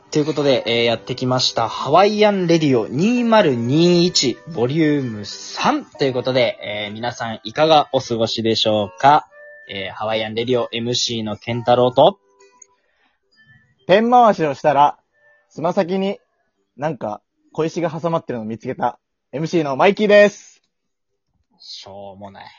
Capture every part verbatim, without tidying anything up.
ということで、えー、やってきました。ハワイアンレディオにせんにじゅういちボリュームさんということで、えー、皆さんいかがお過ごしでしょうか。えー、ハワイアンレディオ エムシー のケンタロウと、 ペン回しをしたら、つま先になんか小石が挟まってるのを見つけた エムシー のマイキーです。 しょうもない。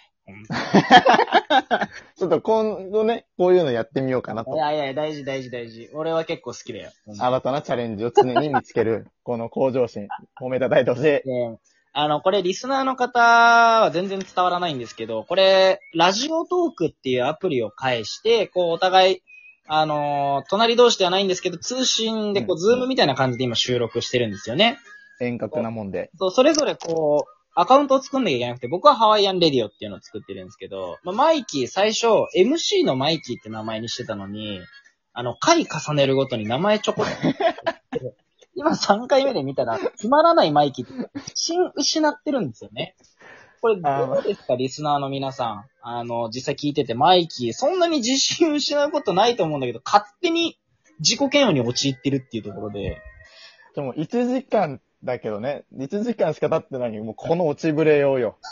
ちょっと今度ね、こういうのやってみようかなと。 いやいや、大事大事大事。俺は結構好きだよ。 新たなチャレンジを常に見つける、この向上心、褒めたたいてほしい。 で、あの、これリスナーの方は全然伝わらないんですけど、これ、ラジオトークっていうアプリを介して、こう、お互い、あのー、隣同士ではないんですけど、通信でこう、ズームみたいな感じで今収録してるんですよね。 遠隔なもんで。 そう、それぞれこう、アカウントを作んなきゃいけなくて、僕はハワイアンレディオっていうのを作ってるんですけど、まあ、マイキー最初、エムシー のマイキーって名前にしてたのに、あの、回重ねるごとに名前ちょこっと今さんかいめで見たら、つまらないマイキーって、自信失ってるんですよね。これ、どうですか、リスナーの皆さん。あの、実際聞いてて、マイキー、そんなに自信失うことないと思うんだけど、勝手に自己嫌悪に陥ってるっていうところで。 でもいちじかんだけどね、いちじかんしか経ってないのに、もうこの落ちぶれようよ。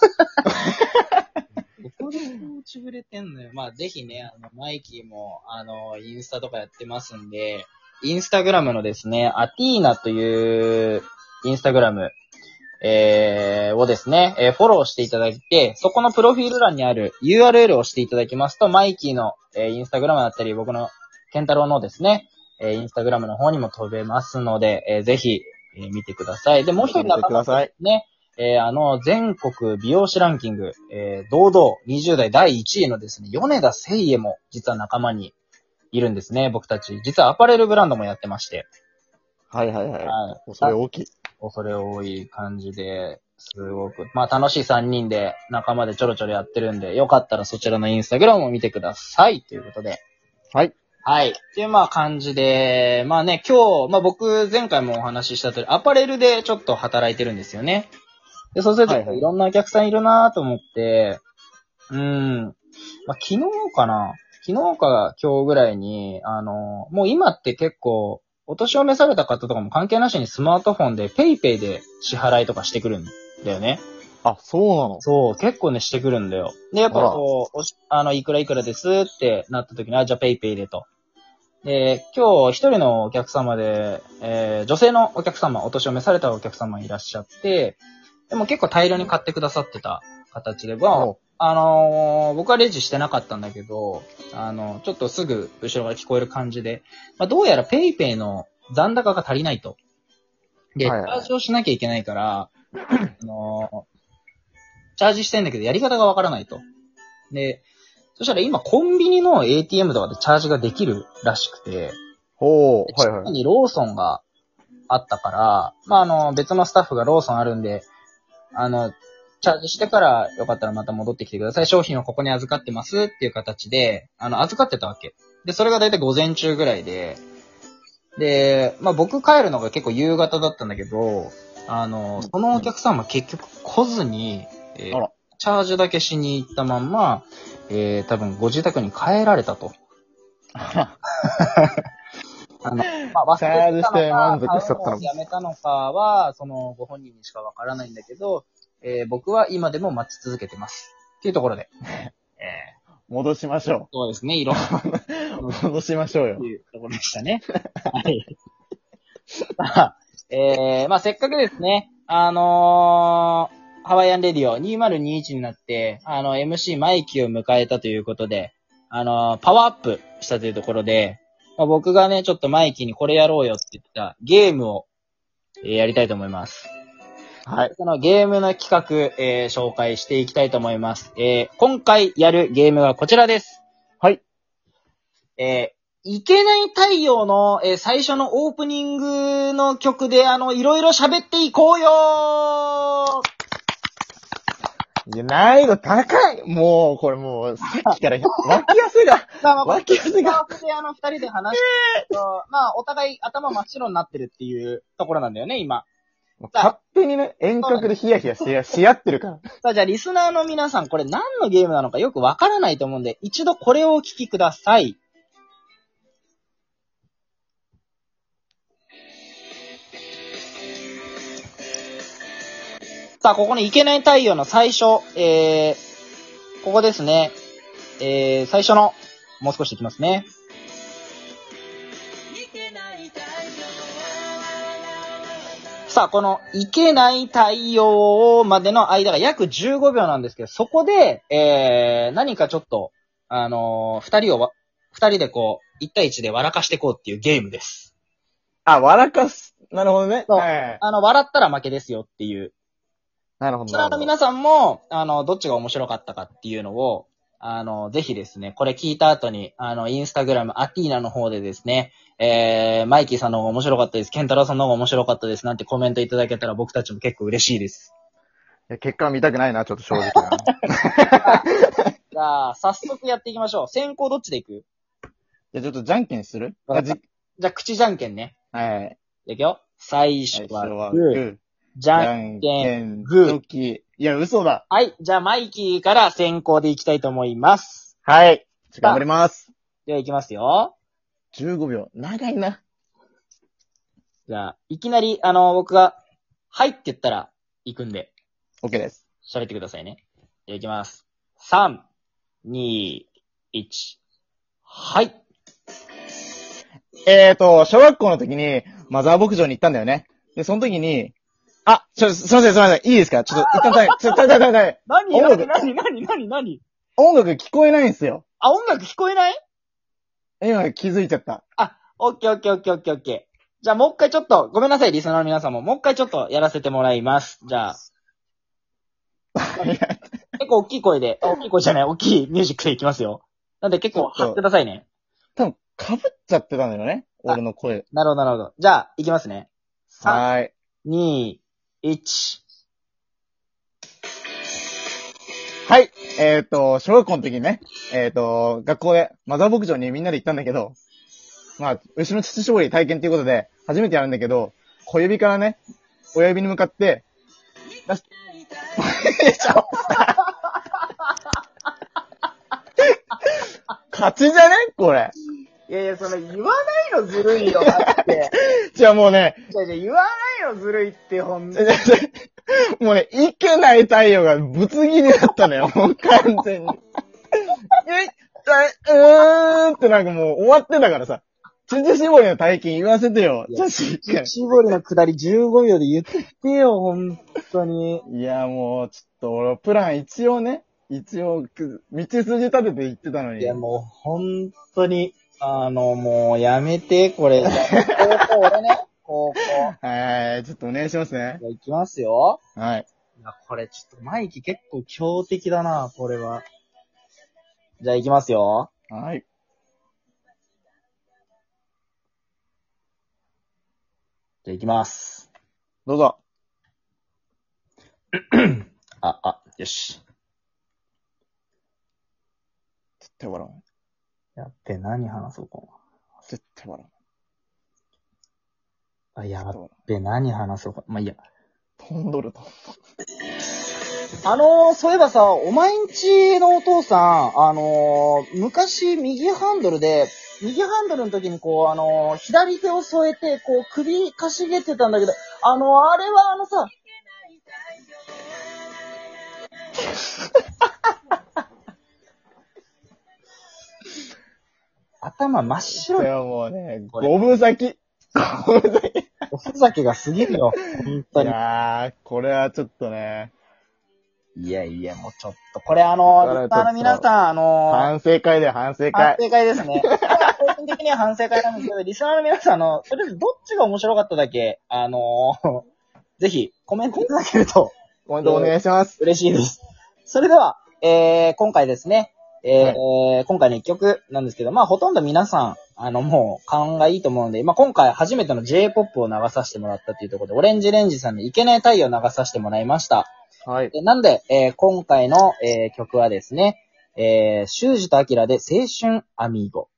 どこで落ちぶれてんのよ。まあ、ぜひね、あの、マイキーも、あの、インスタとかやってますんで、インスタグラムのですね、アティーナというインスタグラム、えー、をですね、えー、フォローしていただいて、そこのプロフィール欄にある ユーアールエル を押していただきますと、マイキーの、えー、インスタグラムだったり、僕のケンタロウのですね、えー、インスタグラムの方にも飛べますので、えー、ぜひ、えー、見てください。で、もう一人の方ですね、えー、あの、全国美容師ランキング、えー、堂々にじゅう代だいいちいのですね、米田誠也も実は仲間にいるんですね、僕たち。実はアパレルブランドもやってまして。 はいはいはい。 はい。 恐れ大きい。 恐れ多い感じで、すごく、まあ楽しいさんにんで仲間でちょろちょろやってるんで、よかったらそちらのインスタグラムを見てください。ということで。 はい。 はい。っていうまあ感じで、まあね、今日、まあ僕前回もお話しした通り、アパレルでちょっと働いてるんですよね。で、そうすると、いろんなお客さんいるなと思って、うーん、まあ昨日かな昨日か今日ぐらいに、あの、もう今って結構、お年を召された方とかも関係なしにスマートフォンでペイペイで支払いとかしてくるんだよね。 あ、そうなの？ そう、結構ね、してくるんだよ。で、やっぱこう、あの、いくらいくらですってなった時に、あ、じゃあペイペイでと。で、今日一人のお客様で、えー、女性のお客様、お年を召されたお客様いらっしゃって、でも結構大量に買ってくださってた形で、まあ、あのー、僕はレジしてなかったんだけど、あの、ちょっとすぐ後ろから聞こえる感じで、まあ、どうやらペイペイの残高が足りないと。で、 はいはい、 チャージをしなきゃいけないから、あのー、チャージしたいんだけど、やり方がわからないと。で、そしたら今コンビニの エーティーエム とかでチャージができるらしくて、 ほう、はいはい。 近くにローソンがあったから、まあ、あの、別のスタッフがローソンあるんで、あの、チャージしてからよかったらまた戻ってきてください。商品をここに預かってますっていう形で、あの、預かってたわけ。で、それがだいたい午前中ぐらいで、で、まあ僕帰るのが結構夕方だったんだけど、あの、そのお客さんは結局来ずに、えー、チャージだけしに行ったまんま、えー、多分ご自宅に帰られたと。あの、まあ、 チャージして満足しちゃったのか、 やめたのかは、そのご本人にしかわからないんだけど、えー、僕は今でも待ち続けてます。っていうところで。えー、戻しましょう。 そうですね、いろんな。戻しましょうよ。 っていうところでしたね。はい。えー、まあせっかくですね、あのー、ハワイアンレディオにせんにじゅういちになって、あの、エムシー マイキーを迎えたということで、あのー、パワーアップしたというところで、まあ、僕がね、ちょっとマイキーにこれやろうよって言ったゲームを、えー、やりたいと思います。はい。そのゲームの企画、えー、紹介していきたいと思います。えー、今回やるゲームはこちらです。 はい。 えー、いけない太陽の、えー、最初のオープニングの曲で、あの、いろいろ喋っていこうよー。 いや、難易度高い。もう、これもう、さっきから、脇汗が、脇汗が。 で、あの、二人で話してると、まあ、お互い頭真っ白になってるっていうところなんだよね、今。 勝手にね、遠隔でヒヤヒヤしや、し合ってるから。 さあ、じゃあ、リスナーの皆さん、これ何のゲームなのかよくわからないと思うんで、一度これをお聞きください。 さあ、ここにいけない太陽の最初、えー、ここですね。えー、最初の、もう少しいきますね。さあ、この、いけない太陽までの間が約じゅうごびょうなんですけど、そこで、えー、何かちょっと、あのー、二人をわ、二人でこう、一対一で笑かしていこうっていうゲームです。 あ、笑かす。なるほどね。 そうはい。 あの、笑ったら負けですよっていう。 なるほど。 それはあの皆さんも、あの、どっちが面白かったかっていうのを、あの、ぜひですね、これ聞いた後に、あの、インスタグラム、アティーナの方でですね、えー、マイキーさんの方が面白かったです、ケンタロウさんの方が面白かったです、なんてコメントいただけたら僕たちも結構嬉しいです。 いや、結果は見たくないな、ちょっと正直な。 じゃあ、早速やっていきましょう。先行どっちでいく？ じゃあちょっとじゃんけんする？ わかったじじゃあ、口じゃんけんね。 はい。 いくよ。最最初は初はグー。 グー。 じじゃゃんけんけん、 ん、 グー。 チョキ。いや、嘘だ。 はい。じゃあ、マイキーから先行でいきたいと思います。 はい。頑張ります。 では、いきますよ。 じゅうごびょう。長いな。 じゃあ、いきなり、あの、僕が、はいって言ったら、行くんで、 OK です。 喋ってくださいね。じゃあ、いきます。さん、に、いち。はい。 えーと、小学校の時に、マザー牧場に行ったんだよね。で、その時に、あ、ちょ、すいません、すいません。いいですか？ちょっと、一旦待って、ちょ、待って、待って、待って。 何音楽何何何何音楽聞こえないんですよ。 あ、音楽聞こえない？ 今気づいちゃった。 あ、オッケーオッケーオッケーオッケーオッケー。じゃあ、もう一回ちょっと、ごめんなさい、リスナーの皆さんも。もう一回ちょっとやらせてもらいます。じゃあ。結構大きい声で、大きい声じゃない、大きいミュージックでいきますよ。なんで結構張ってくださいね。 多分、被っちゃってたんだよね。俺の声。 なるほど、なるほど。じゃあ、いきますね。さん、 はーい。 に、いち。 はい。えっ、ー、と、小学校の時にね、えっ、ー、と、学校でマザー牧場にみんなで行ったんだけど、まあ、牛の乳搾り体験っていうことで、初めてやるんだけど、小指からね、親指に向かって、出し、勝ちじゃねこれ。 いやいや、その、言わないのずるいよ、だって。 じゃあもうね、 じゃじゃ言わないのずるいって、ほんとに。 もうね、いけない太陽がぶつ切りだったのよ、もう完全に。え、うーんってなんかもう終わってたからさ。乳搾りの体験言わせてよ。 乳搾りの下りじゅうごびょうで言ってよ、ほんとに。 いや、もう、ちょっと俺、プラン一応ね、一応、道筋立てて言ってたのに。 いや、もう、ほんとに、あの、もう、やめて、これ。高校、俺ね、高校。 はい、ちょっとお願いしますね。 じゃあ、行きますよ。 はい。 いや、これ、ちょっと、マイキ結構強敵だな、これは。じゃあ、行きますよ。 はい。 じゃあ、行きます。 どうぞ。 あ、あ、よし。 絶対笑わん。 やっべ、何話そうか。 絶対笑あ、やっべ、何話そうか。まあ、いいや。 飛んどると。 あのー、そういえばさ、お前んちのお父さん、あのー、昔右ハンドルで、右ハンドルの時にこう、あのー、左手を添えて、こう、首かしげてたんだけど、あのー、あれはあのさ、頭真っ白い。 いや、もうね、五分咲き。五分咲き。 おふざけが過ぎるよ。本当いに。 やー、これはちょっとね。 いやいや、もうちょっと。これあのー、あの皆さん、あのー、 反省会で反省会。 反省会ですね。個人的には反省会なんですけど、リスナーの皆さん、あの、とりあえずどっちが面白かっただけ、あのー、ぜひコメントいただけるとコメントお願いします。 嬉しいです。それでは、えー、今回ですね、えーはい、今回の一曲なんですけど、まあほとんど皆さん、あのもう勘がいいと思うので、まあ今回初めての J-ポップ を流させてもらったというところで、オレンジレンジさんのいけない太陽を流させてもらいました。 はい。 なんで、えー、今回の、えー、曲はですね、えー、修二とアキラで青春アミーゴ。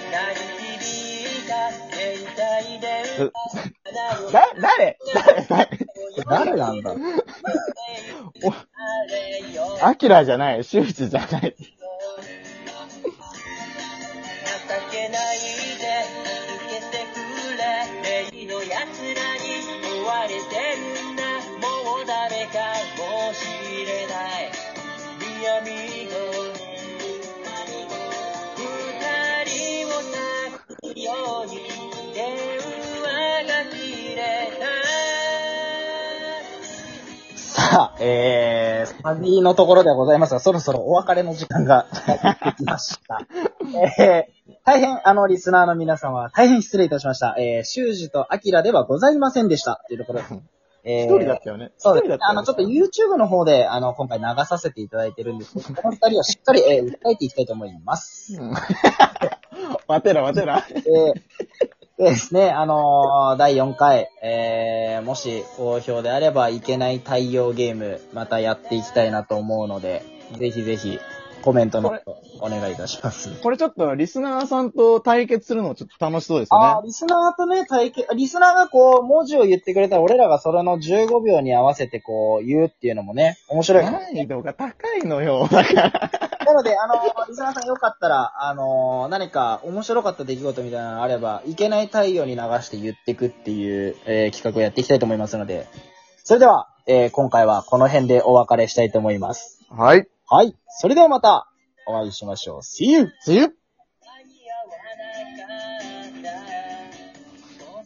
だ、誰誰誰誰なんだろう。 お、アキラじゃない、シュウジじゃない。 情けないで受けてくれ、レイの奴らに追われてるんだ。もう誰かもしれない。ミアミゴ二人を咲くように電話が切れた。さあ、えー、サビのところではございますが、そろそろお別れの時間がやってきました。えー、大変、あの、リスナーの皆様、大変失礼いたしました。えー、シュウジとアキラではございませんでした。というところで。 えー、一人だったよね。 そうですね。あの、ちょっと YouTube の方で、あの、今回流させていただいてるんですけど、この二人はしっかり、えー、訴えていきたいと思います。 うん、待てら待てら。 えー、でですね、あのー、だいよんかい、えー、もし好評であれば、いけない対応ゲーム、またやっていきたいなと思うので、ぜひぜひ、コメントの方お願いいたします。 これちょっとリスナーさんと対決するのちょっと楽しそうですよね。 ああ、リスナーとね、対決、リスナーがこう、文字を言ってくれたら、俺らがそれのじゅうごびょうに合わせてこう、言うっていうのもね、面白い。 難易度が高いのよ、だから。 なので、あの、リスナーさんよかったら、あの、何か面白かった出来事みたいなのがあれば、いけない太陽に流して言っていくっていう、えー、企画をやっていきたいと思いますので、それでは、えー、今回はこの辺でお別れしたいと思います。 はい。 はい。それではまた、お会いしましょう。See you! See you!